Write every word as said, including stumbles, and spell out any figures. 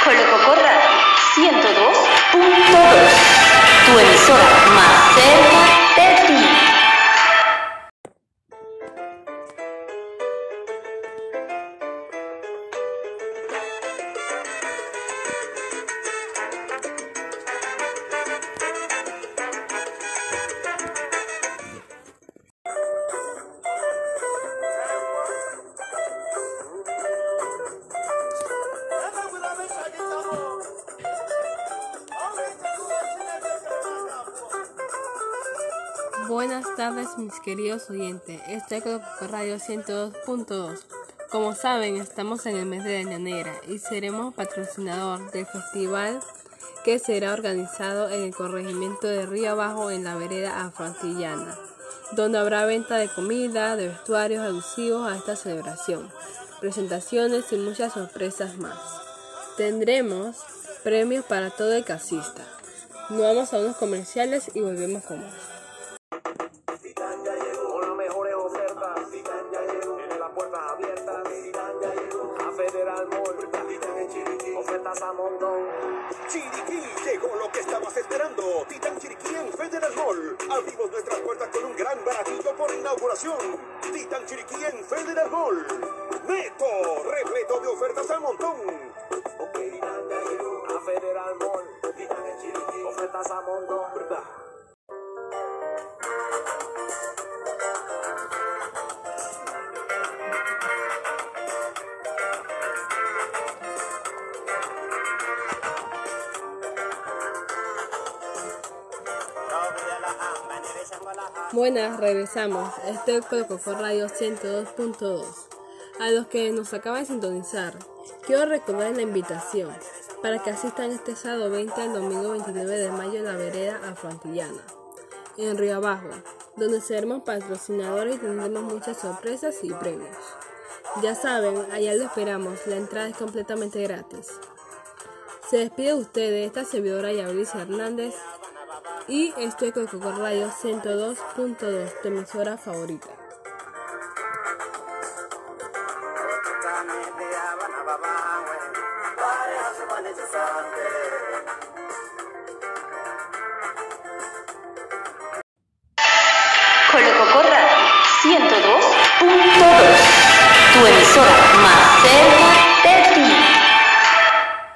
Colococorra ciento dos punto dos, tu emisora más cerca de ti. Buenas tardes, mis queridos oyentes. Estoy con Radio ciento dos punto dos. Como saben, estamos en el mes de la llanera y seremos patrocinador del festival que será organizado en el corregimiento de Río Abajo, en la vereda afroantillana, donde habrá venta de comida, de vestuarios alusivos a esta celebración, presentaciones y muchas sorpresas más. Tendremos premios para todo el casista. Nos vamos a unos comerciales y volvemos con más. Ofertas a montón. Chiriquí, llegó lo que estabas esperando. Titán Chiriquí en Federal Mall. Abrimos nuestras puertas con un gran baratillo por inauguración. Titán Chiriquí en Federal Mall. Neto, repleto de ofertas a montón. Ok, a Federal Mall. Titán en Chiriquí, ofertas a montón, ¿verdad? Buenas, regresamos. Este es Colococorra Radio ciento dos punto dos. A los que nos acaban de sintonizar, quiero recordar la invitación para que asistan este sábado veinte al domingo veintinueve de mayo en la vereda afroantillana, en Río Abajo, donde seremos patrocinadores y tendremos muchas sorpresas y premios. Ya saben, allá lo esperamos, la entrada es completamente gratis. Se despide usted de esta servidora Yabricia Hernández y estoy con Colococorra Radio ciento dos punto dos, tu emisora favorita. Colococorra ciento dos punto dos, tu emisora más cerca